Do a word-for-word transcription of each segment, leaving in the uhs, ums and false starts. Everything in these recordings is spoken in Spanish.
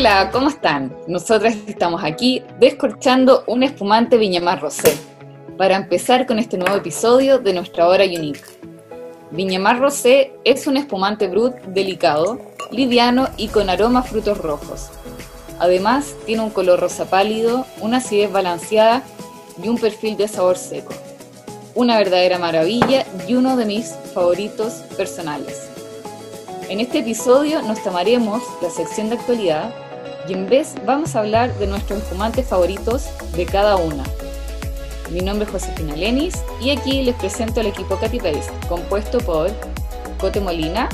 Hola, ¿cómo están? Nosotras estamos aquí descorchando un espumante Viña Mar Rosé para empezar con este nuevo episodio de nuestra hora unique. Viña Mar Rosé es un espumante brut delicado, liviano y con aroma a frutos rojos. Además, tiene un color rosa pálido, una acidez balanceada y un perfil de sabor seco. Una verdadera maravilla y uno de mis favoritos personales. En este episodio nos tomaremos la sección de actualidad y en vez vamos a hablar de nuestros espumantes favoritos de cada una. Mi nombre es Josefina Lenis y aquí les presento al equipo Katy Paste, compuesto por Cote Molina,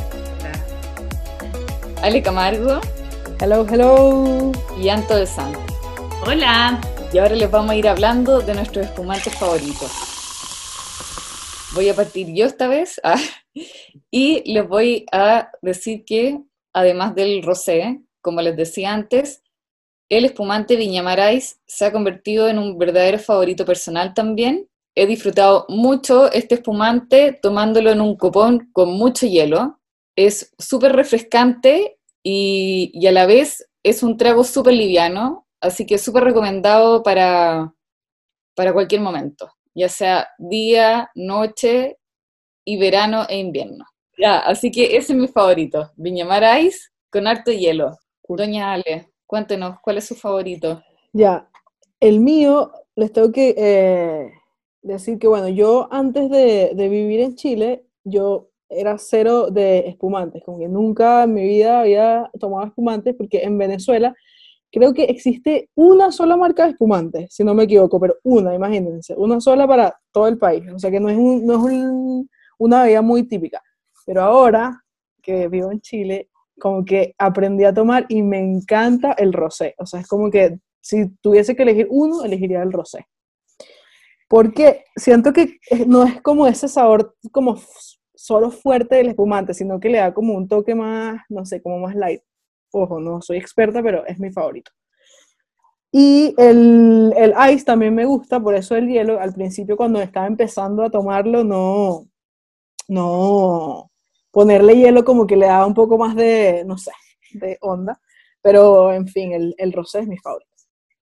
Ale Camargo, hello, hello, y Anto de Santi. Hola. Y ahora les vamos a ir hablando de nuestros espumantes favoritos. Voy a partir yo esta vez ah, y les voy a decir que, además del rosé, como les decía antes, el espumante Viña Mar Ice se ha convertido en un verdadero favorito personal también. He disfrutado mucho este espumante tomándolo en un copón con mucho hielo. Es súper refrescante y, y a la vez es un trago súper liviano, así que súper recomendado para, para cualquier momento, ya sea día, noche y verano e invierno. Ya, así que ese es mi favorito, Viña Mar Ice con harto hielo. Doña Ale, cuéntenos, ¿cuál es su favorito? Ya, el mío, les tengo que eh, decir que, bueno, yo antes de, de vivir en Chile, yo era cero de espumantes, como que nunca en mi vida había tomado espumantes, porque en Venezuela creo que existe una sola marca de espumantes, si no me equivoco, pero una, imagínense, una sola para todo el país, o sea que no es, un, no es un, una bebida muy típica, pero ahora que vivo en Chile, como que aprendí a tomar y me encanta el rosé, o sea, es como que si tuviese que elegir uno, elegiría el rosé, porque siento que no es como ese sabor como solo fuerte del espumante, sino que le da como un toque más, no sé, como más light. Ojo, no soy experta, pero es mi favorito. Y el, el ice también me gusta, por eso el hielo, al principio cuando estaba empezando a tomarlo, no, no, ponerle hielo como que le daba un poco más de, no sé, de onda, pero en fin, el, el rosé es mi favorito.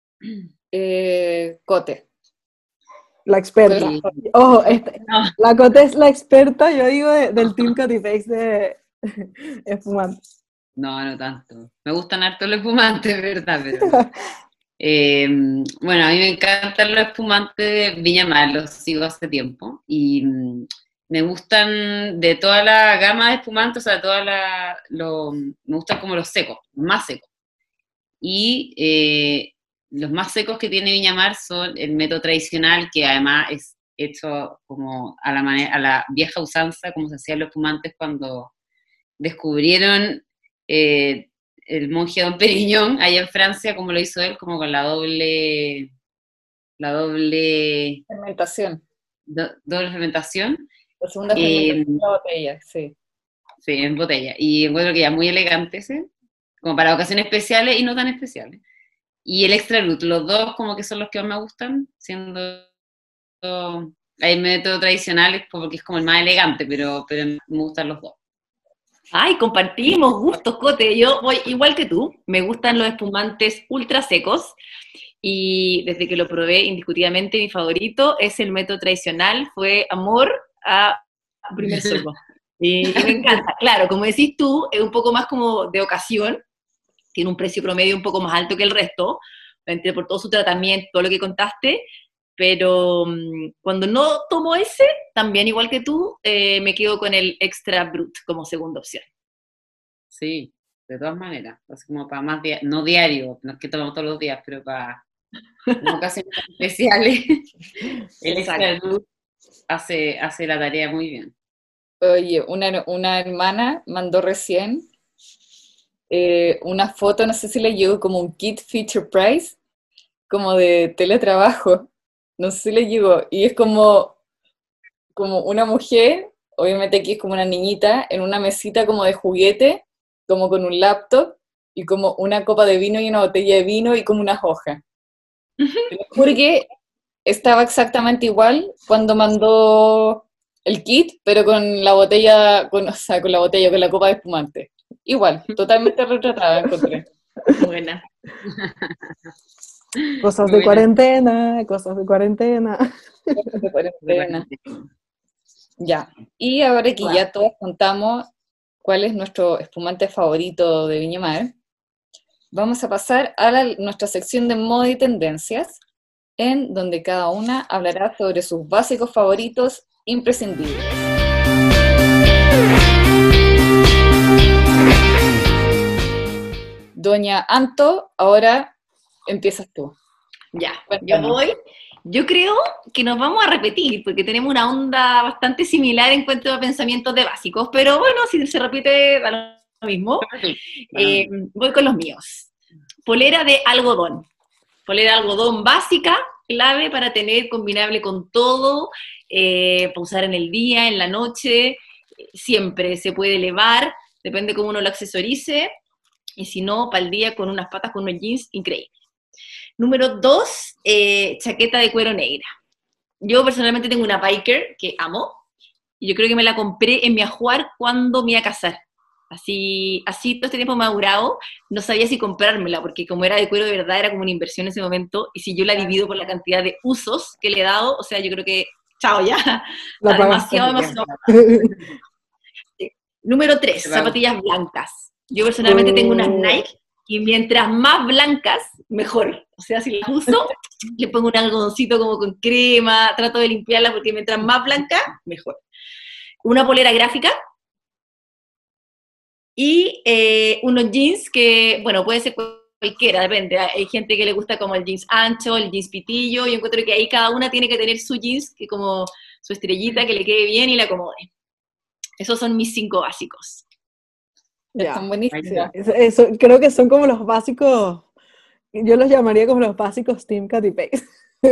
Eh, Cote. La experta. Sí. Ojo, este, no. La Cote es la experta, yo digo, de, del Team Katy Paste de espumantes. No, no tanto. Me gustan harto los espumantes, ¿verdad? Pero, eh, bueno, a mí me encantan los espumantes de Viña Mar, los sigo hace tiempo. Y mm, me gustan de toda la gama de espumantes, o sea, toda la, lo, me gustan como los secos, más secos. Y eh, los más secos que tiene Viña Mar son el método tradicional, que además es hecho como a la, manera, a la vieja usanza, como se hacían los espumantes cuando descubrieron eh, el monje Don Periñón allá en Francia, como lo hizo él, como con la doble la doble fermentación. Do, doble fermentación. La segunda fermentación eh, en la botella, sí. Sí, en botella. Y encuentro que ya muy elegante ese, como para ocasiones especiales y no tan especiales. Y el extra brut, los dos como que son los que más me gustan, siendo hay métodos tradicionales porque es como el más elegante, pero, pero me gustan los dos. Ay, compartimos gustos, Cote. Yo voy igual que tú. Me gustan los espumantes ultra secos y desde que lo probé, indiscutiblemente mi favorito es el método tradicional. Fue amor a primer sorbo. Y, y me encanta. Claro, como decís tú, es un poco más como de ocasión. Tiene un precio promedio un poco más alto que el resto, entre por todo su tratamiento, todo lo que contaste. Pero um, cuando no tomo ese, también igual que tú, eh, me quedo con el extra brut como segunda opción. Sí, de todas maneras, así como para más, dia no diario, no es que tomamos todos los días, pero para ocasiones especiales, el extra brut hace, hace la tarea muy bien. Oye, una, una hermana mandó recién eh, una foto, no sé si le llegó como un kit feature price, como de teletrabajo. No sé si le llegó, y es como, como una mujer, obviamente aquí es como una niñita, en una mesita como de juguete, como con un laptop, y como una copa de vino y una botella de vino y como unas hojas. Porque estaba exactamente igual cuando mandó el kit, pero con la botella, con, o sea, con la botella, con la copa de espumante. Igual, totalmente retratada, encontré. Buena. Cosas de Buena. cuarentena, cosas de cuarentena. De cuarentena. Ya. Y ahora que Wow. ya todos contamos cuál es nuestro espumante favorito de Viña Mar, vamos a pasar a la- nuestra sección de moda y tendencias, en donde cada una hablará sobre sus básicos favoritos imprescindibles. Doña Anto, ahora empiezas tú. Ya, yo Cuéntanos. voy. Yo creo que nos vamos a repetir, porque tenemos una onda bastante similar en cuanto a pensamientos de básicos, pero bueno, si se repite, da lo mismo. Eh, voy con los míos. Polera de algodón. Polera de algodón básica, clave para tener combinable con todo, eh, para usar en el día, en la noche, siempre se puede elevar, depende cómo uno lo accesorice, y si no, para el día con unas patas, con unos jeans, increíble. Número dos, eh, chaqueta de cuero negra. Yo personalmente tengo una biker que amo, y yo creo que me la compré en mi ajuar cuando me iba a casar. Así, así todo este tiempo me ha durado, no sabía si comprármela, porque como era de cuero de verdad, era como una inversión en ese momento, y si yo la divido por la cantidad de usos que le he dado, o sea, yo creo que, chao ya, La está pagaste. demasiado, demasiado. Número tres, Te pago. zapatillas blancas. Yo personalmente tengo unas Oh. Nike, y mientras más blancas, mejor. O sea, si las uso, le pongo un algodoncito como con crema, trato de limpiarla, porque mientras más blanca, mejor. Una polera gráfica, y eh, unos jeans que, bueno, puede ser cualquiera, depende. Hay gente que le gusta como el jeans ancho, el jeans pitillo, y yo encuentro que ahí cada una tiene que tener su jeans, que como su estrellita, que le quede bien y la acomode. Esos son mis cinco básicos. Ya. Están buenísimos. Sí, eso, eso- creo que son como los básicos, yo los llamaría como los básicos Team Katy Pace.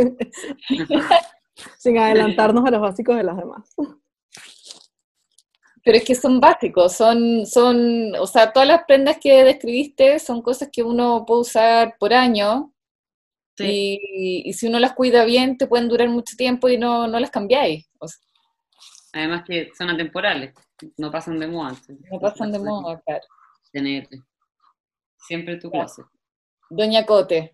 Sin adelantarnos a los básicos de las demás. Pero es que son básicos, son, son, o sea, todas las prendas que describiste son cosas que uno puede usar por año Sí. y, y si uno las cuida bien te pueden durar mucho tiempo y no, no las cambiáis. O sea, Además que son atemporales, no pasan de moda. entonces, no pasan de las puedes moda, claro. tener siempre en tu closet. Doña Cote,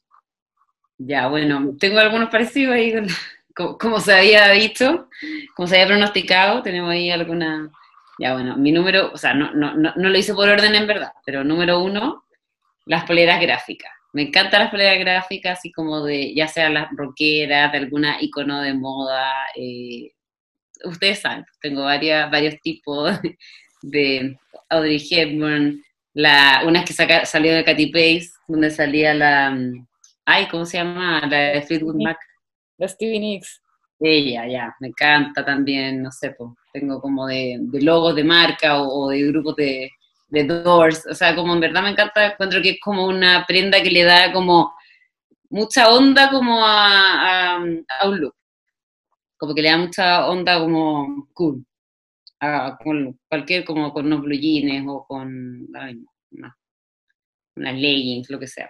Ya, bueno, tengo algunos parecidos ahí, con- como, como se había dicho, como se había pronosticado, tenemos ahí alguna. Ya, bueno, mi número, o sea, no, no, no, no lo hice por orden en verdad, pero número uno, las poleras gráficas. Me encantan las poleras gráficas, así como de, ya sea las rockeras, de alguna icono de moda. eh, ustedes saben, tengo varias, varios tipos de Audrey Hepburn, la, unas que saca, salió de Katy Pace, donde salía la, mm, ay, ¿cómo se llama? La de Fleetwood Mac. la Stevie Nicks. Ella, ya, me encanta también, no sé, pues, tengo como de, de logos de marca o, o de grupos de, de Doors, o sea, como en verdad me encanta, encuentro que es como una prenda que le da como mucha onda como a, a, a un look, como que le da mucha onda como cool, a, con cualquier, como con unos blue jeans o con ay, una, unas leggings, lo que sea.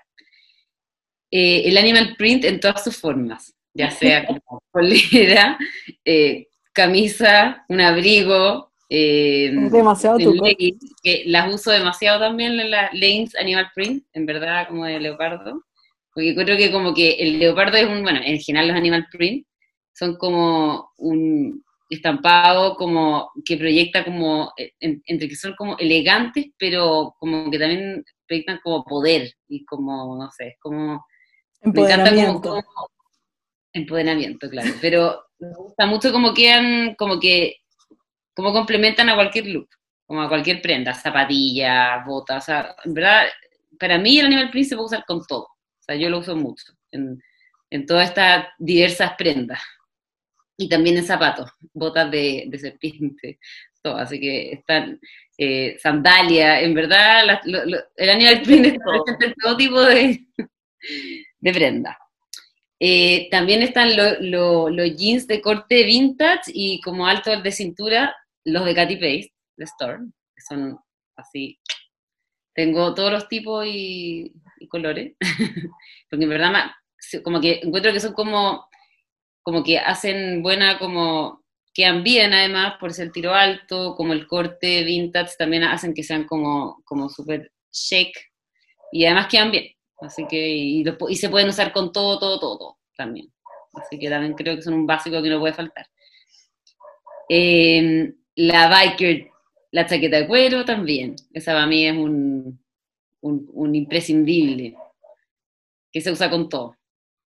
Eh, el animal print en todas sus formas, ya sea como polera, eh, camisa, un abrigo, eh, Demasiado en tuco. leggings, que las uso demasiado también en las leggings animal print, en verdad como de leopardo, porque creo que como que el leopardo es un, bueno, en general los animal print son como un estampado como que proyecta como, en, entre que son como elegantes, pero como que también proyectan como poder y como, no sé, es como me encanta como, Empoderamiento. como empoderamiento, claro, pero me gusta mucho como quedan, como que, como complementan a cualquier look, como a cualquier prenda, zapatillas, botas, o sea, en verdad, para mí el animal print se puede usar con todo, o sea, yo lo uso mucho, en, en todas estas diversas prendas, y también en zapatos, botas de, de serpiente, todo, así que están, eh, sandalias, en verdad, la, lo, lo, el animal print está presente en todo tipo de, de prenda. Eh, también están lo, lo, los jeans de corte vintage y como alto de cintura, los de Katy Pace, de Storm, que son así. Tengo todos los tipos y, y colores, porque en verdad como que encuentro que son como, como que hacen buena, como quedan bien además por ser tiro alto, como el corte vintage también hacen que sean como, como súper chic y además quedan bien. Así que, y, lo- y se pueden usar con todo, todo, todo, todo también. Así que también creo que son un básico que no puede faltar. Eh, la biker, la chaqueta de cuero también. Esa para mí es un, un, un imprescindible, que se usa con todo.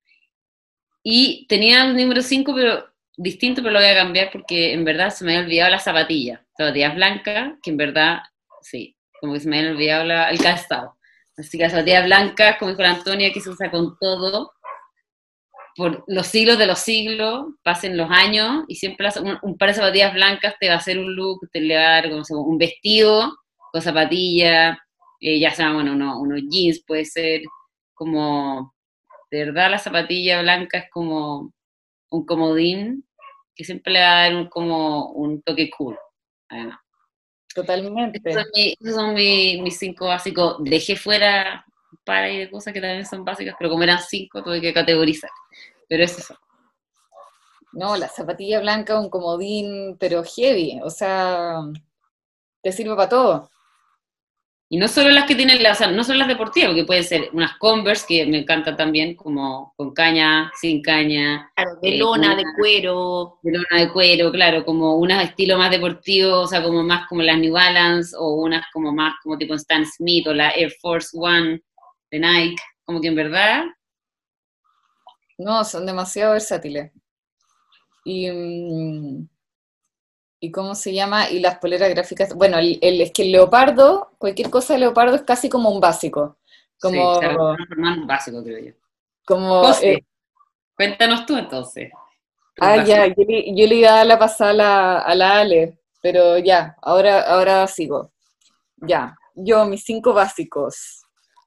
Y tenía el número cinco, pero distinto, pero lo voy a cambiar porque en verdad se me había olvidado la zapatilla. Zapatillas blancas, que en verdad, sí, como que se me había olvidado la- el calzado. Así que las zapatillas blancas, como dijo la Antonia, que se usa con todo, por los siglos de los siglos, pasen los años, y siempre las- un, un par de zapatillas blancas te va a hacer un look, te le va a dar como se- un vestido con zapatillas, eh, ya sea, bueno, uno- unos jeans, puede ser como, de verdad la zapatilla blanca es como un comodín que siempre le va a dar un, como un toque cool, además. Esos son, Totalmente. mi- esos son mi- mis cinco básicos. Dejé fuera un par ahí de cosas que también son básicas, pero como eran cinco, tuve que categorizar. Pero es eso. No, la zapatilla blanca, un comodín, pero heavy, o sea, te sirve para todo. Y no solo las que tienen, la- o sea, no solo las deportivas, porque pueden ser unas Converse, que me encantan también, como con caña, sin caña, Claro, de eh, lona, una de cuero. de lona de cuero, claro, como unas estilo más deportivo, o sea, como más como las New Balance, o unas como más como tipo Stan Smith, o la Air Force One de Nike, como que en verdad, No, son demasiado versátiles. Y, mm, ¿y cómo se llama? Y las poleras gráficas. Bueno, el, el- es que el leopardo, cualquier cosa de leopardo es casi como un básico. sí, se Como, transforman en básico, creo yo. como, eh, José, cuéntanos tú entonces, tus ah, ya, básicos. yo le, yo le iba a dar la pasada a la, a la Ale, pero ya, ahora, ahora sigo. Ya, yo, mis cinco básicos.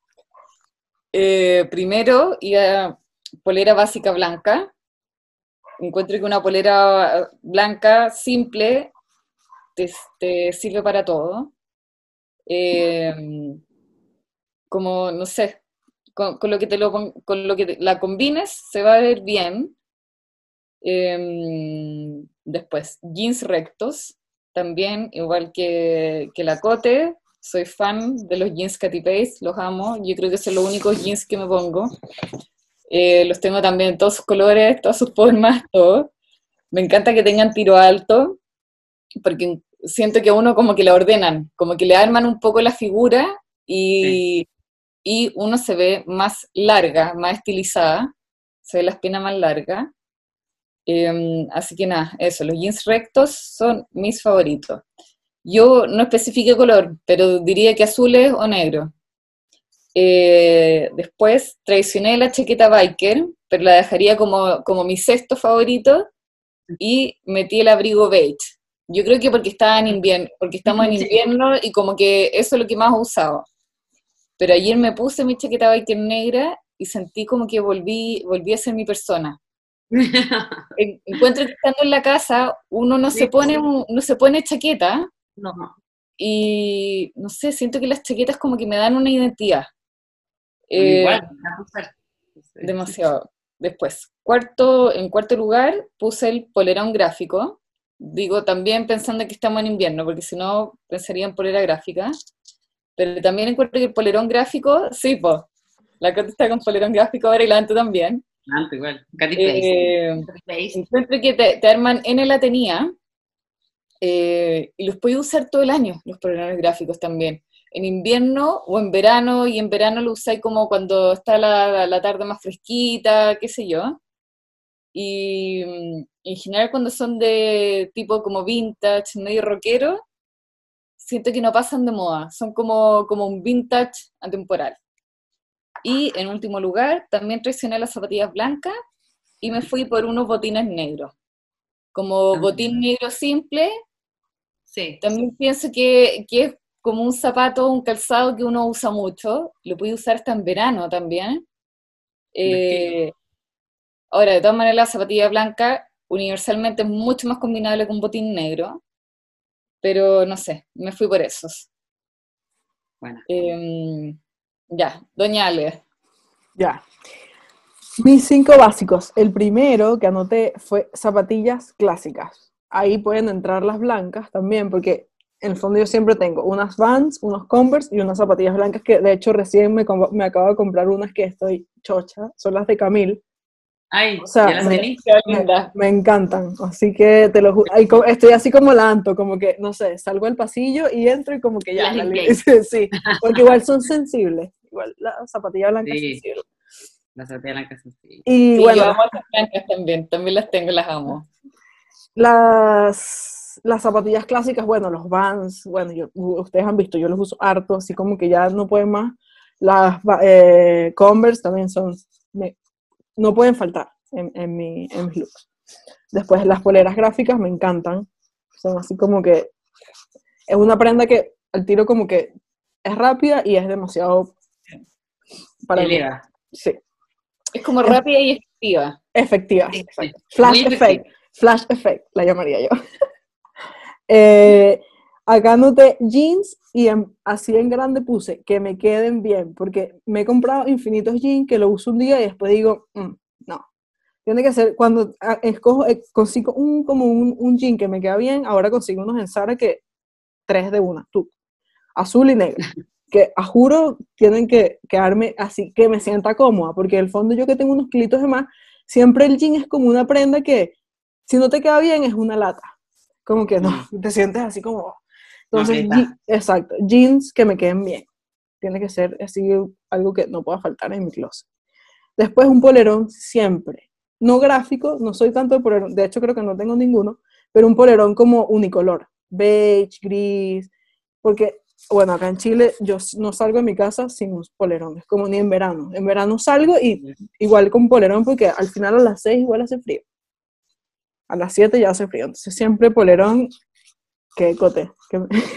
Eh, primero, iba polera básica blanca. Encuentro que una polera blanca simple te, te sirve para todo. Eh, como, no sé, con, con lo que te lo, pon- con lo que te- la combines se va a ver bien. Eh, después, jeans rectos, también, igual que, que la Cote, soy fan de los jeans Katy Pace, los amo, yo creo que son los únicos jeans que me pongo. Eh, los tengo también en todos sus colores, todas sus formas, todo. Me encanta que tengan tiro alto, porque siento que a uno como que le ordenan, como que le arman un poco la figura Sí. y, y uno se ve más larga, más estilizada, se ve las piernas más largas. Eh, así que nada, eso, los jeans rectos son mis favoritos. Yo no especifique color, pero diría que azules o negro. Eh, después traicioné la chaqueta biker, pero la dejaría como, como mi sexto favorito y metí el abrigo beige. Yo creo que porque estaba en invierno, porque estamos en Sí. invierno y como que eso es lo que más he usado. Pero ayer me puse mi chaqueta biker negra y sentí como que volví, volví a ser mi persona. En- Encuentro que estando en la casa uno no se Sí, pone, sí. un- no se pone chaqueta No. y no sé, siento que las chaquetas como que me dan una identidad. A mí Eh, igual, me encanta usar. Sí. Demasiado. Después, cuarto, en cuarto lugar puse el polerón gráfico. Digo, también pensando que estamos en invierno, porque si no pensaría en polera gráfica. Pero también encuentro que el polerón gráfico, sí, pues, la Coti está con polerón gráfico ahora y la Anto también. Antes igual, Katy Pace. Eh, ¿Veis? Encuentro que te, te arman en la tenía eh, y los puedes usar todo el año, los polerones gráficos también. En invierno o en verano, y en verano lo usáis como cuando está la, la tarde más fresquita, qué sé yo. Y mm, en general cuando son de tipo como vintage, medio rockero, siento que no pasan de moda, son como, como un vintage atemporal. Y en último lugar, también traicioné las zapatillas blancas y me fui por unos botines negros. Como botín negro simple, Sí. también pienso que, que es como un zapato, un calzado que uno usa mucho, lo puede usar hasta en verano también. Vestido. Eh, Ahora, de todas maneras, la zapatilla blanca universalmente es mucho más combinable con botín negro, pero no sé, me fui por esos. Bueno. Eh, ya, doña Ale. Ya. Mis cinco básicos. El primero que anoté fue zapatillas clásicas. Ahí pueden entrar las blancas también, porque en el fondo yo siempre tengo unas Vans, unos Converse y unas zapatillas blancas que de hecho recién me, com- me acabo de comprar unas que estoy chocha, son las de Camille. Ay, O sea, ¿ya las me, tenís? Qué me, linda. me encantan, así que te lo ju- ay, co- estoy así como la Anto, como que, no sé, salgo al pasillo y entro y como que ya, Las la li- limpiáis. sí, sí, porque igual son sensibles, igual la zapatilla blanca es Sí, sensible. las zapatillas blancas son sí. Y Sí, bueno, yo las, amo esas blancas también, también las tengo, las amo. las, las zapatillas clásicas, bueno, los Vans, bueno, yo, ustedes han visto, yo los uso harto, así como que ya no pueden más. Las va- eh, Converse también son, me- no pueden faltar en, en, mi, en mis looks. Después las poleras gráficas me encantan, son así como que, es una prenda que al tiro como que es rápida y es demasiado para mí. Eleva. Sí, Es como es rápida y efectiva. efectiva, Sí, exacto. sí, Flash muy effect, efectiva. flash effect, la llamaría yo. Eh, acá anoté jeans y en- así en grande puse que me queden bien, porque me he comprado infinitos jeans que lo uso un día y después digo, "Mm, no. Tiene que ser, cuando ah, escojo, eh, consigo un, como un, un jean que me queda bien, ahora consigo unos en Zara que tres de una, tú, azul y negro, que a juro tienen que quedarme así, que me sienta cómoda, porque en el fondo yo que tengo unos kilitos de más, siempre el jean es como una prenda que si no te queda bien es una lata, como que no, Mm, te sientes así como, no entonces, aprieta. je- exacto, jeans que me queden bien, tiene que ser así algo que no pueda faltar en mi closet. Después un polerón siempre, no gráfico, no soy tanto de polerón, de hecho creo que no tengo ninguno, pero un polerón como unicolor, beige, gris, porque, bueno, acá en Chile yo s- no salgo de mi casa sin un polerón, es como ni en verano, en verano salgo y igual con polerón porque al final a las seis igual hace frío, a las siete ya hace frío, entonces siempre polerón, que cote, que...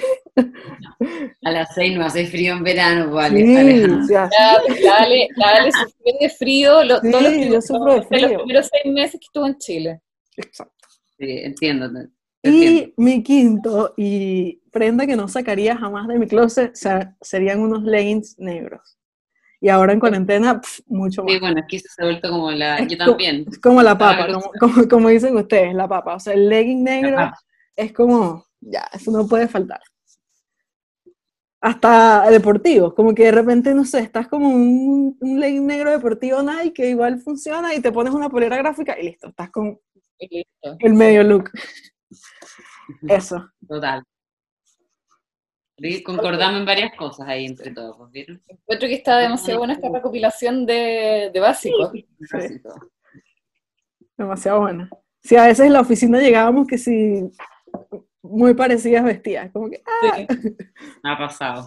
A las seis no hace frío en verano, vale, sí, Alejandro. sí, hace- La, la Ale, la Ale sufrió de frío lo- todos los, sí, primeros, yo sufro de no sé, los frío. primeros seis meses que estuvo en Chile. Exacto. Sí, entiendo, te, te entiendo. Y mi quinto y prenda que no sacaría jamás de mi closet, o sea, serían unos leggings negros. Y ahora en cuarentena, pf, mucho Sí, más. bueno, aquí se ha vuelto como la... Es Yo como, también. es como la Estaba papa, que lo como, como, como dicen ustedes, la papa. O sea, el legging negro usaba. es como, ya, eso no puede faltar. Hasta deportivos, como que de repente, no sé, estás como un, un legging negro deportivo Nike que igual funciona y te pones una polera gráfica y listo, estás con Y listo, el sí. medio look. Eso. Total. Sí, concordamos en varias cosas ahí entre todos, pues, ¿vieron? Encuentro que está demasiado buena esta recopilación de, de básicos. Sí, demasiado buena. Si a veces en la oficina llegábamos que si muy parecidas vestidas, como que, ah, Sí. Me ha pasado.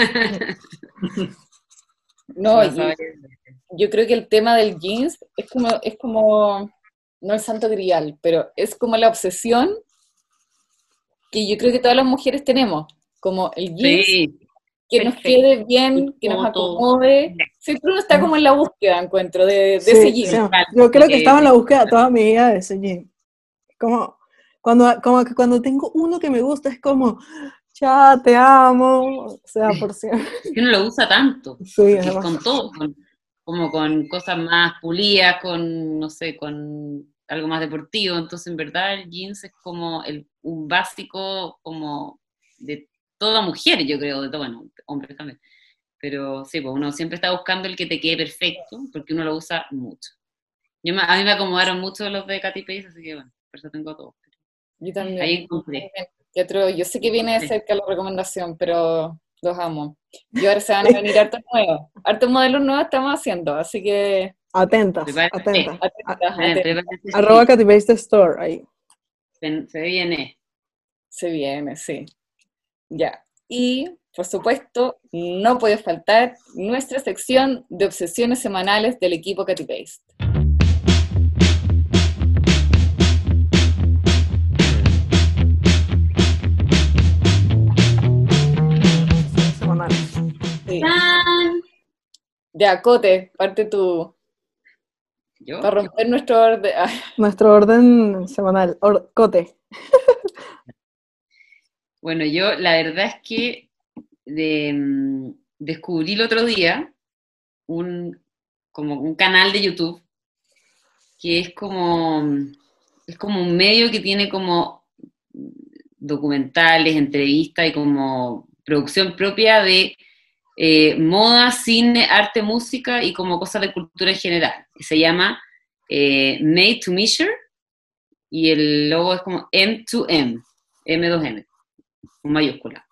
No, Me ha y pasado. yo creo que el tema del jeans es como, es como, no el santo grial, pero es como la obsesión que yo creo que todas las mujeres tenemos, como el jeans Sí, que nos Perfecto. quede bien, que nos Foto. acomode. Siempre uno está como en la búsqueda, encuentro, de, de ese sí, sí. jean. Yo creo que estaba en la búsqueda toda mi vida de ese jean. Como cuando, como que cuando tengo uno que me gusta es como, ya te amo, o sea, por siempre. Es que uno lo usa tanto, Sí, es porque es con demasiado. todo, con- como con cosas más pulidas, con, no sé, con algo más deportivo, entonces en verdad el jeans es como el, un básico como de toda mujer, yo creo, de todo, bueno, hombres también, pero sí, pues uno siempre está buscando el que te quede perfecto, porque uno lo usa mucho. Yo me- a mí me acomodaron mucho los de Katy Pace, así que bueno, por eso tengo todo. Yo también. Ahí encontré. Qué atrevo. Yo sé que viene de Sí. cerca la recomendación, pero los amo. Y ahora se van a venir hartos nuevos. Hartos modelos nuevos estamos haciendo, así que Atentas, Prepárate, atentas. A- atentas, eh, atentas. prepárate, Arroba sí, Katy Paste Store, ahí. se, se viene. Se viene, sí. Ya. Y, por supuesto, no puede faltar nuestra sección de obsesiones semanales del equipo Katy Paste. Semanal. Sí. ¡Tan! Ya, Cote, parte tú. ¿Yo? Para romper nuestro orden. Ah, Nuestro orden semanal. Or- Cote. Bueno, yo la verdad es que de, mm, descubrí el otro día un, como un canal de YouTube que es como, es como un medio que tiene como documentales, entrevistas y como producción propia de eh, moda, cine, arte, música y como cosas de cultura en general. Se llama eh, Made to Measure y el logo es como M dos M, M dos M, con mayúscula.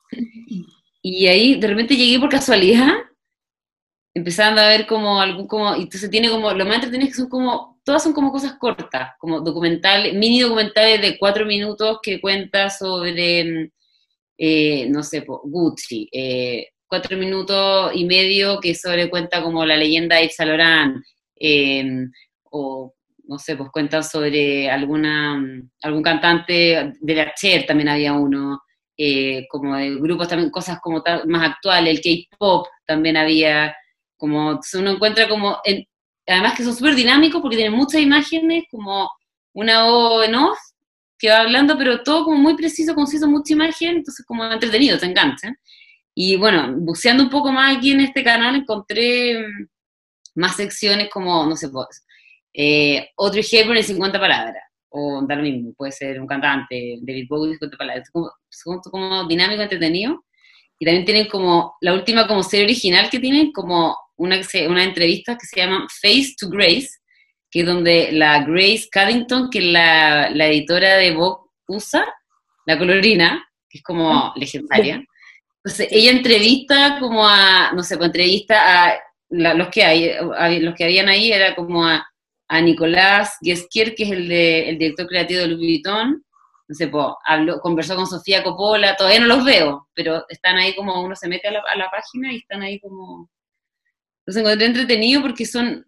Y ahí de repente llegué por casualidad, empezando a ver como algún, como, y entonces tiene como, lo más entretenido es que son como, todas son como cosas cortas, como documentales, mini documentales de cuatro minutos que cuenta sobre, eh, no sé, Gucci, eh, cuatro minutos y medio que sobre cuenta como la leyenda de Yves Saint Laurent, eh, o no sé, pues cuentan sobre alguna, algún cantante de la Cher, también había uno, eh, como de grupos también, cosas como tal, más actuales, el K-pop también había, como uno encuentra como, en, además que son súper dinámicos porque tienen muchas imágenes, como una voz en off que va hablando, pero todo como muy preciso, conciso, mucha imagen, entonces como entretenido, te engancha. Y bueno, buceando un poco más aquí en este canal encontré más secciones como, no sé, pues, eh, Audrey Hepburn en cincuenta palabras, o da lo mismo, puede ser un cantante, David Bowie en cincuenta palabras, es como, son como dinámico, entretenido. Y también tienen como, la última como serie original que tienen, como una, una entrevista que se llama Face to Grace, que es donde la Grace Caddington, que es la, la editora de Vogue usa, la colorina, que es como legendaria. Entonces, ella entrevista como a, no sé, pues entrevista a la, los que hay, a, los que habían ahí, era como a, a Nicolás Guesquier, que es el, de, el director creativo de Louis Vuitton. No sé, pues, habló, conversó con Sofía Coppola, todavía no los veo, pero están ahí como, uno se mete a la, a la página y están ahí como... Los encontré entretenido porque son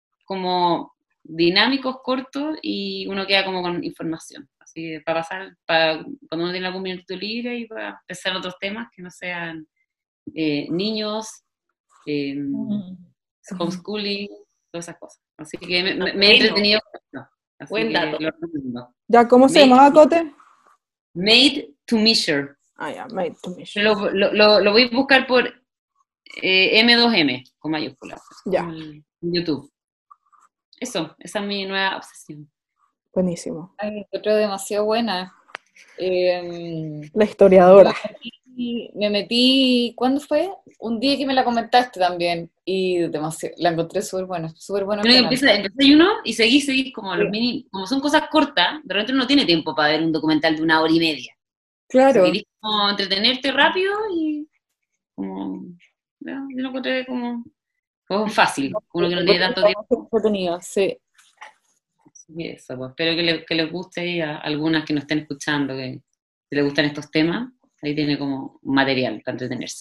como dinámicos, cortos, y uno queda como con información. Así que para pasar, para cuando uno tiene algún minuto libre y para empezar otros temas que no sean eh, niños, eh, mm. homeschooling, todas esas cosas. Así que me, me, me he entretenido. Así Buen dato. que lo recomiendo. ¿Ya cómo se llamaba, Cote? Made to Measure. Ah, ya, Made to Measure. Lo, lo, lo, lo voy a buscar por eh, M dos M, con mayúsculas. Ya. En YouTube. Eso, esa es mi nueva obsesión. Buenísimo. Ay, me encuentro demasiado buena. Eh, La historiadora. Me metí, me metí, ¿cuándo fue? Un día que me la comentaste también, y demasiado, la encontré súper buena, súper buena. Creo que empieza, empecé uno y seguí, seguí como los mini, como son cosas cortas, de repente uno no tiene tiempo para ver un documental de una hora y media. Claro. Si querés como entretenerte rápido y como, ¿no? Yo lo encontré como, como fácil, uno que no tiene tanto tiempo. Entretenido, sí. Y eso, pues espero que, le, que les guste a algunas que nos estén escuchando, que si les gustan estos temas, ahí tiene como material para entretenerse.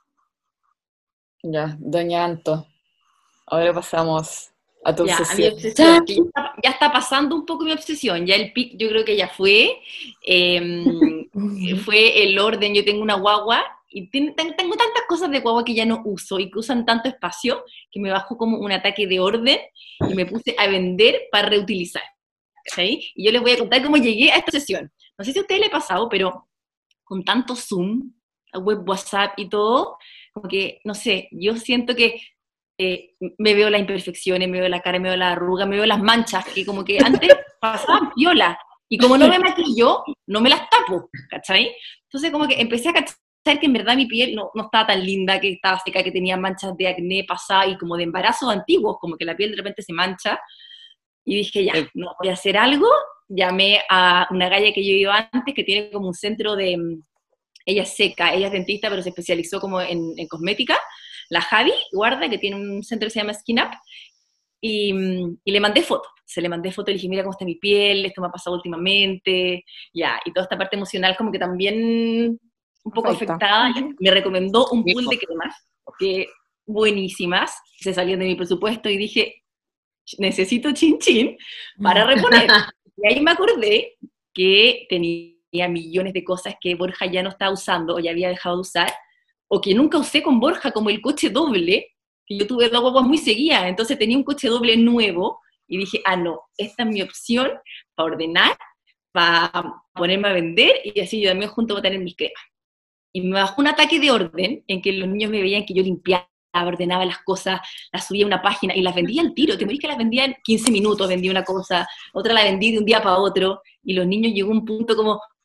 Ya, doña Anto, ahora pasamos a tu Ya, a mi obsesión. obsesión, que ya está, ya está pasando un poco mi obsesión, ya el pic yo creo que ya fue, eh, fue el orden. Yo tengo una guagua y ten, ten, tengo tantas cosas de guagua que ya no uso y que usan tanto espacio que me bajó como un ataque de orden y me puse a vender para reutilizar, ¿sí? Y yo les voy a contar cómo llegué a esta obsesión. No sé si a ustedes les ha pasado, pero con tanto Zoom, web, WhatsApp y todo, como que, no sé, yo siento que eh, me veo las imperfecciones, me veo la cara, me veo la arruga, me veo las manchas, que como que antes pasaban piola, y como no me maquillo, no me las tapo, ¿cachai? Entonces como que empecé a cachar que en verdad mi piel no, no estaba tan linda, que estaba seca, que tenía manchas de acné pasada y como de embarazos antiguos, como que la piel de repente se mancha, y dije, ya, no, voy a hacer algo. Llamé a una galla que yo iba antes, que tiene como un centro de... Ella es seca, ella es dentista, pero se especializó como en, en cosmética, la Javi Guarda, que tiene un centro que se llama Skin Up, y, y le mandé fotos, se le mandé fotos y le dije, mira cómo está mi piel, esto me ha pasado últimamente, ya, y toda esta parte emocional como que también un poco Afecta. afectada. Me recomendó un pool de cremas, que buenísimas, se salían de mi presupuesto y dije, necesito chin chin para reponer. Y ahí me acordé que tenía millones de cosas que Borja ya no estaba usando, o ya había dejado de usar, o que nunca usé con Borja, como el coche doble, que yo tuve dos guaguas muy seguidas, entonces tenía un coche doble nuevo, y dije, ah, no, esta es mi opción para ordenar, para ponerme a vender, y así yo también junto voy a tener mis cremas. Y me bajó un ataque de orden, en que los niños me veían que yo limpiaba, ordenaba las cosas, las subía a una página, y las vendía al tiro. Te morís que las vendía en quince minutos, vendía una cosa, otra la vendí de un día para otro, y los niños llegó a un punto como,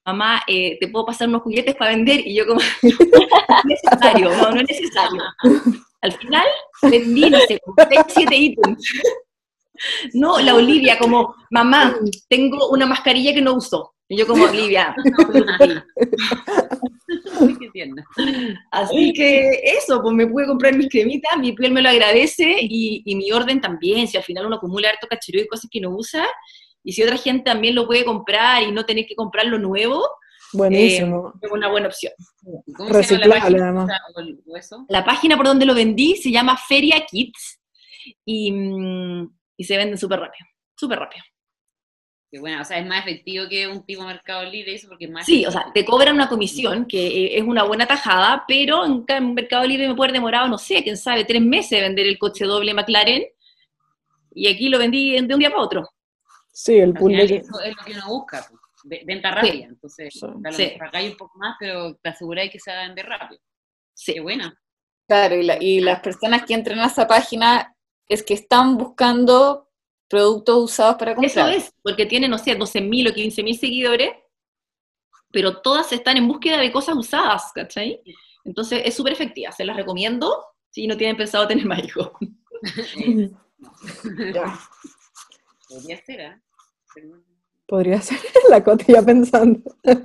mamá, eh, ¿te puedo pasar unos juguetes para vender? Y yo como, no es necesario, no, no es necesario. Al final vendí, no sé, como seis, siete ítems. No, la Olivia como, mamá, tengo una mascarilla que no uso. Y yo como, Olivia, no te preocupes. Qué tierna. Así que eso, pues me pude comprar mis cremitas, mi piel me lo agradece y, y mi orden también, si al final uno acumula harto cachorro y cosas que no usa, y si otra gente también lo puede comprar y no tener que comprar lo nuevo, Buenísimo. eh, es una buena opción. ¿Cómo se llama la Reciclable, página? además. O el- o eso? La página por donde lo vendí se llama Feria Kids y, mm, y se venden súper rápido, súper rápido. Que bueno, o sea, es más efectivo que un tipo Mercado Libre eso porque es más Sí, o sea, efectivo. te cobran una comisión, que eh, es una buena tajada, pero en, ca- en Mercado Libre me puede haber demorado, no sé, quién sabe, tres meses vender el coche doble McLaren, y aquí lo vendí de un día para otro. Sí, el Al pool final de... eso es lo que uno busca, pues. Ve- Venta Sí. rápida, entonces, Sí. claro, Sí. pagáis un poco más, pero te aseguráis que se va a vender rápido. Sí. Qué buena. Claro, y, la- y las personas que entran a esa página es que están buscando productos usados para Eso comprar. es, porque tiene, no sé, doce mil o quince mil seguidores, pero todas están en búsqueda de cosas usadas, ¿cachai? Entonces es súper efectiva, se las recomiendo si no tienen pensado tener más hijos. Eh, Ya, podría ser, ¿eh? Pero- podría ser la Coti ya pensando.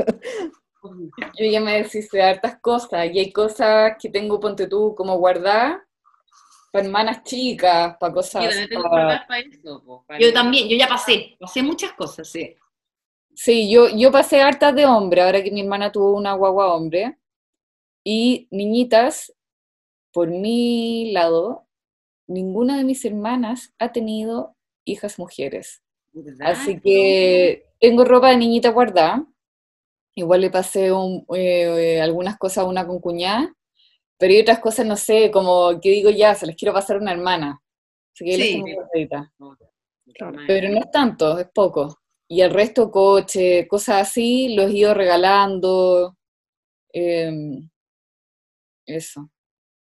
Yo ya me deshice de hartas cosas y hay cosas que tengo, ponte tú, como guardadas para hermanas chicas, para Yo cosas, también tengo que para... guardar para eso, pues, para Yo que- también, yo ya pasé, pasé muchas cosas, sí. Sí, yo, yo pasé hartas de hombre, ahora que mi hermana tuvo una guagua hombre, y niñitas, por mi lado, ninguna de mis hermanas ha tenido hijas mujeres. ¿Verdad? Así que tengo ropa de niñita guardada. Igual le pasé un- eh, eh, algunas cosas a una concuñada, pero hay otras cosas, no sé, como que digo ya, se las quiero pasar a una hermana. Así que ahí las Sí, tengo guardaditas. No, de todas Claro. maneras. Pero no es tanto, es poco. Y el resto, coche, cosas así, los he ido regalando. em, eso.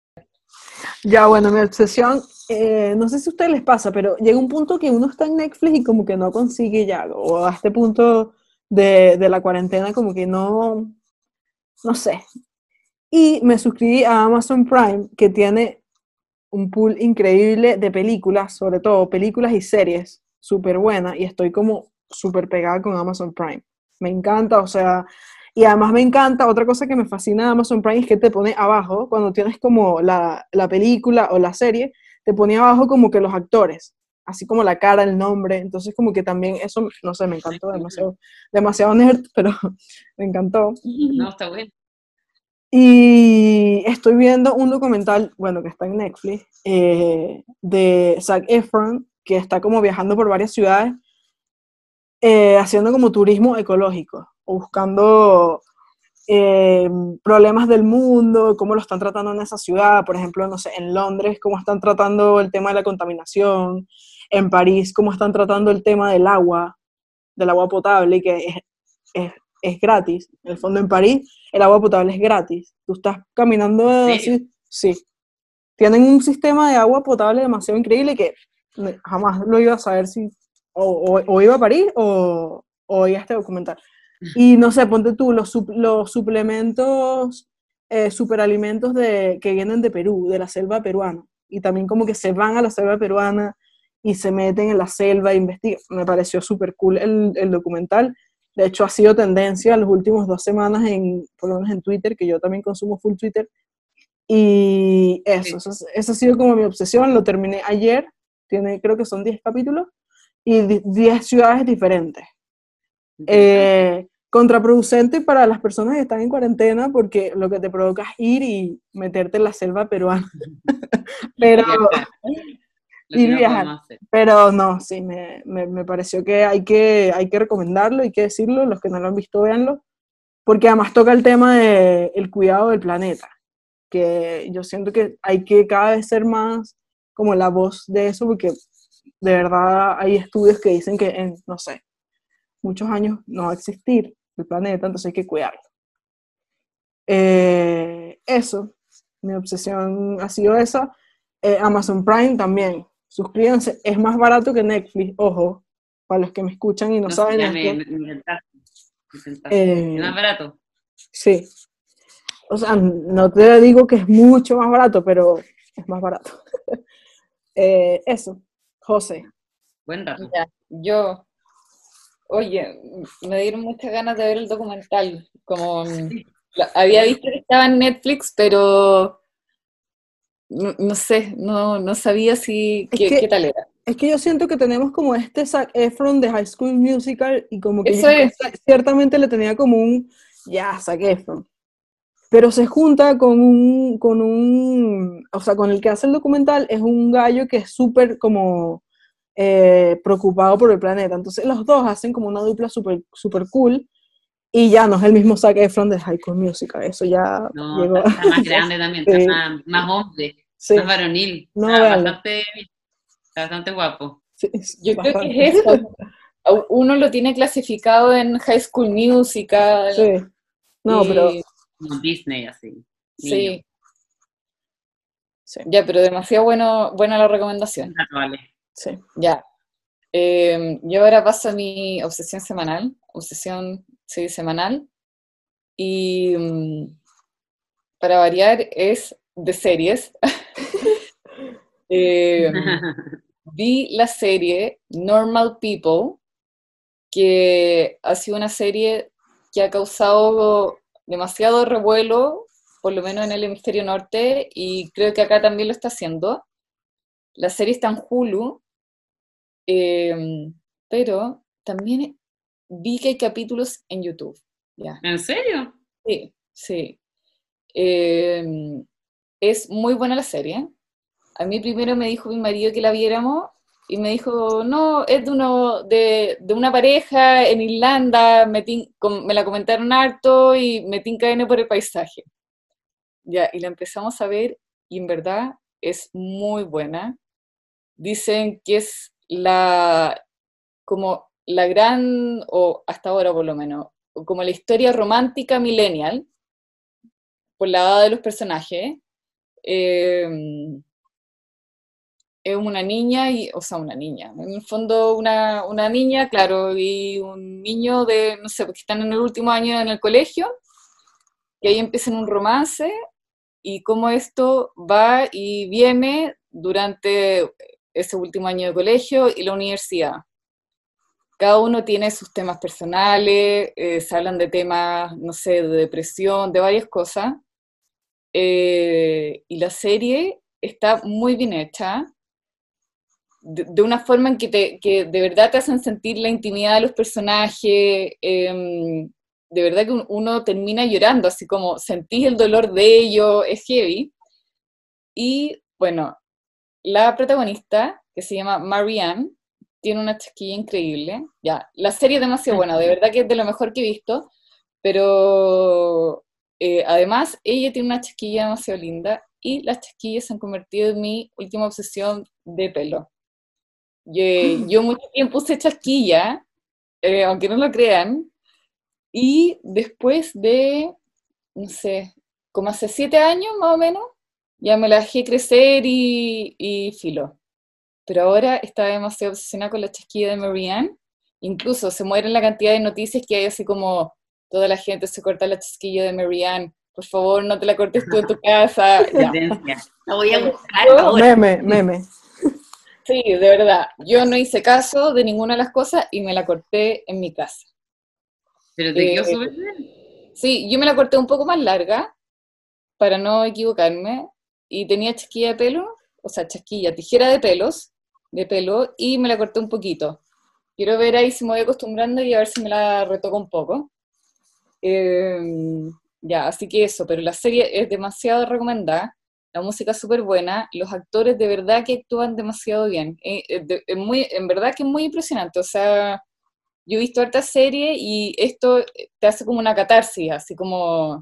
Ya, bueno, mi obsesión, eh, no sé si a ustedes les pasa, pero llega un punto que uno está en Netflix y como que no consigue ya, o a este punto de, de la cuarentena como que no, no sé. Y me suscribí a Amazon Prime, que tiene un pool increíble de películas, sobre todo películas y series, súper buena, y estoy como súper pegada con Amazon Prime. Me encanta, o sea, y además me encanta, otra cosa que me fascina de Amazon Prime es que te pone abajo, cuando tienes como la, la película o la serie, te pone abajo como que los actores, así como la cara, el nombre, entonces como que también eso, no sé, me encantó demasiado, demasiado nerd, pero me encantó. No, está bueno. Y estoy viendo un documental, bueno, que está en Netflix, eh, de Zac Efron, que está como viajando por varias ciudades, eh, haciendo como turismo ecológico, o buscando eh, problemas del mundo, cómo lo están tratando en esa ciudad, por ejemplo, no sé, en Londres, cómo están tratando el tema de la contaminación, en París, cómo están tratando el tema del agua, del agua potable, que es, es, es gratis. En el fondo, en París, el agua potable es gratis. Tú estás caminando ¿En serio? así, sí. Tienen un sistema de agua potable demasiado increíble que jamás lo iba a saber si o, o, o iba a París o, o oía este documental. Y no sé, ponte tú, los, sup- los suplementos, eh, superalimentos de, que vienen de Perú, de la selva peruana. Y también como que se van a la selva peruana y se meten en la selva e investigan. Me pareció súper cool el, el documental. De hecho, ha sido tendencia las últimas dos semanas, en, por lo menos en Twitter, que yo también consumo full Twitter. Y eso, eso, es- eso ha sido como mi obsesión. Lo terminé ayer, tiene, creo que son diez capítulos y di- diez ciudades diferentes. Interesante. Eh, contraproducente para las personas que están en cuarentena porque lo que te provoca es ir y meterte en la selva peruana. Pero, Viajar, lo y que no viajar. podemos hacer. Pero no, sí, me, me, me pareció que hay, que hay que recomendarlo, hay que decirlo, los que no lo han visto, véanlo, porque además toca el tema del cuidado del planeta, que yo siento que hay que cada vez ser más como la voz de eso, porque de verdad hay estudios que dicen que en, no sé, muchos años no va a existir el planeta, entonces hay que cuidarlo. Eh, eso, mi obsesión ha sido esa. Eh, Amazon Prime también, suscríbanse, es más barato que Netflix, ojo, para los que me escuchan y no No sé, saben, ya es me, que me, me inventaste. Eh, ¿Es más barato? sí. O sea, no te digo que es mucho más barato, pero es más barato. Eh, eso, José. Buen dato. Ya, yo, oye, me dieron muchas ganas de ver el documental. Como mm, la- había Bueno, visto que estaba en Netflix, pero no, no sé, no, no sabía si Es qué, qué que, tal era. es que yo siento que tenemos como este Zac Efron de High School Musical y como que Eso yo es. ciertamente le tenía como un, ya, Zac Efron. Pero se junta con un, con un, o sea, con el que hace el documental es un gallo que es súper como eh, preocupado por el planeta. Entonces los dos hacen como una dupla súper super cool y ya no es el mismo Zac Efron de High School Musical. Eso ya no, llegó. está, está más grande también, está Sí, más, más hombre, más sí. varonil, No, está véanlo. bastante, está bastante guapo. Sí, es Yo creo bastante. que es eso. Uno lo tiene clasificado en High School Musical Sí. No, pero y Como Disney, así, niño. sí, sí, ya, pero demasiado bueno, buena la recomendación. Vale. sí. Ya. Eh, yo ahora paso a mi obsesión semanal, obsesión, sí, semanal, y mm, para variar es de series. Eh, Vi la serie Normal People, que ha sido una serie que ha causado demasiado revuelo, por lo menos en el hemisferio norte, y creo que acá también lo está haciendo. La serie está en Hulu, eh, pero también vi que hay capítulos en YouTube. Ya. ¿En serio? Sí, sí. Eh, es muy buena la serie. A mí primero me dijo mi marido que la viéramos y me dijo, no, es de, uno, de, de una pareja en Irlanda, me, tin- com- me la comentaron harto y me tinca N por el paisaje. Ya, y la empezamos a ver y en verdad es muy buena. Dicen que es la, como la gran, o hasta ahora por lo menos, como la historia romántica millennial, por la edad de los personajes. Eh, es una niña, y, o sea, una niña, en el fondo una, una niña, claro, y un niño de, no sé, porque están en el último año en el colegio, y ahí empiezan un romance, y cómo esto va y viene durante ese último año de colegio y la universidad. Cada uno tiene sus temas personales, eh, se hablan de temas, no sé, de depresión, de varias cosas, eh, y la serie está muy bien hecha, de, de una forma en que, te, que de verdad te hacen sentir la intimidad de los personajes, eh, de verdad que uno termina llorando, así como sentís el dolor de ellos, es heavy. Y bueno, la protagonista, que se llama Marianne, tiene una chiquilla increíble. Ya, la serie es demasiado buena, de verdad que es de lo mejor que he visto, pero eh, además ella tiene una chiquilla demasiado linda y las chiquillas se han convertido en mi última obsesión de pelo. Yo, yo mucho tiempo usé chasquilla, eh, aunque no lo crean, y después de, no sé, como hace siete años más o menos, ya me la dejé crecer y, y filo. Pero ahora está demasiado obsesionada con la chasquilla de Marianne. Incluso se muere la cantidad de noticias que hay, así como toda la gente se corta la chasquilla de Marianne. Por favor, no te la cortes tú en tu casa. Ya. Tendencia. La voy a Bueno, buscar yo ahora. Meme, meme. sí, de verdad. Yo no hice caso de ninguna de las cosas y me la corté en mi casa. Pero te quedó Eh, súper bien. sí, yo me la corté un poco más larga para no equivocarme y tenía chasquilla de pelo, o sea, chasquilla, tijera de pelos, de pelo y me la corté un poquito. Quiero ver ahí si me voy acostumbrando y a ver si me la retoco un poco. Eh, ya, así que eso, pero la serie es demasiado recomendada, la música es súper buena, los actores de verdad que actúan demasiado bien. Eh, eh, de- es muy, en verdad que es muy impresionante, o sea, yo he visto harta serie y esto te hace como una catarsis, así como...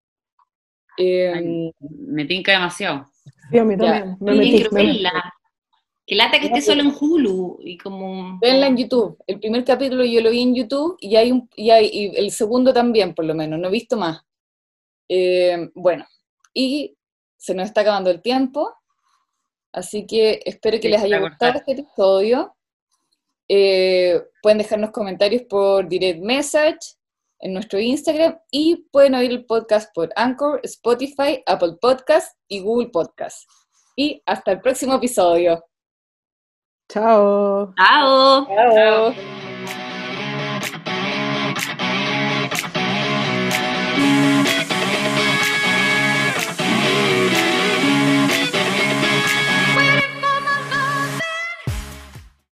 Ay, eh, me tinca demasiado. Sí, a mí ya, también. Me También metí, quiero me metí. verla. Que lata que no, esté solo en Hulu y como... véanla en YouTube. El primer capítulo yo lo vi en YouTube y hay un, y hay, y el segundo también, por lo menos, no he visto más. Eh, bueno, y se nos está acabando el tiempo, así que espero que Sí, les haya para gustado cortar. este episodio. Eh, pueden dejarnos comentarios por direct message, en nuestro Instagram y pueden oír el podcast por Anchor, Spotify, Apple Podcast y Google Podcast. Y hasta el próximo episodio. Chao. Chao. Chao.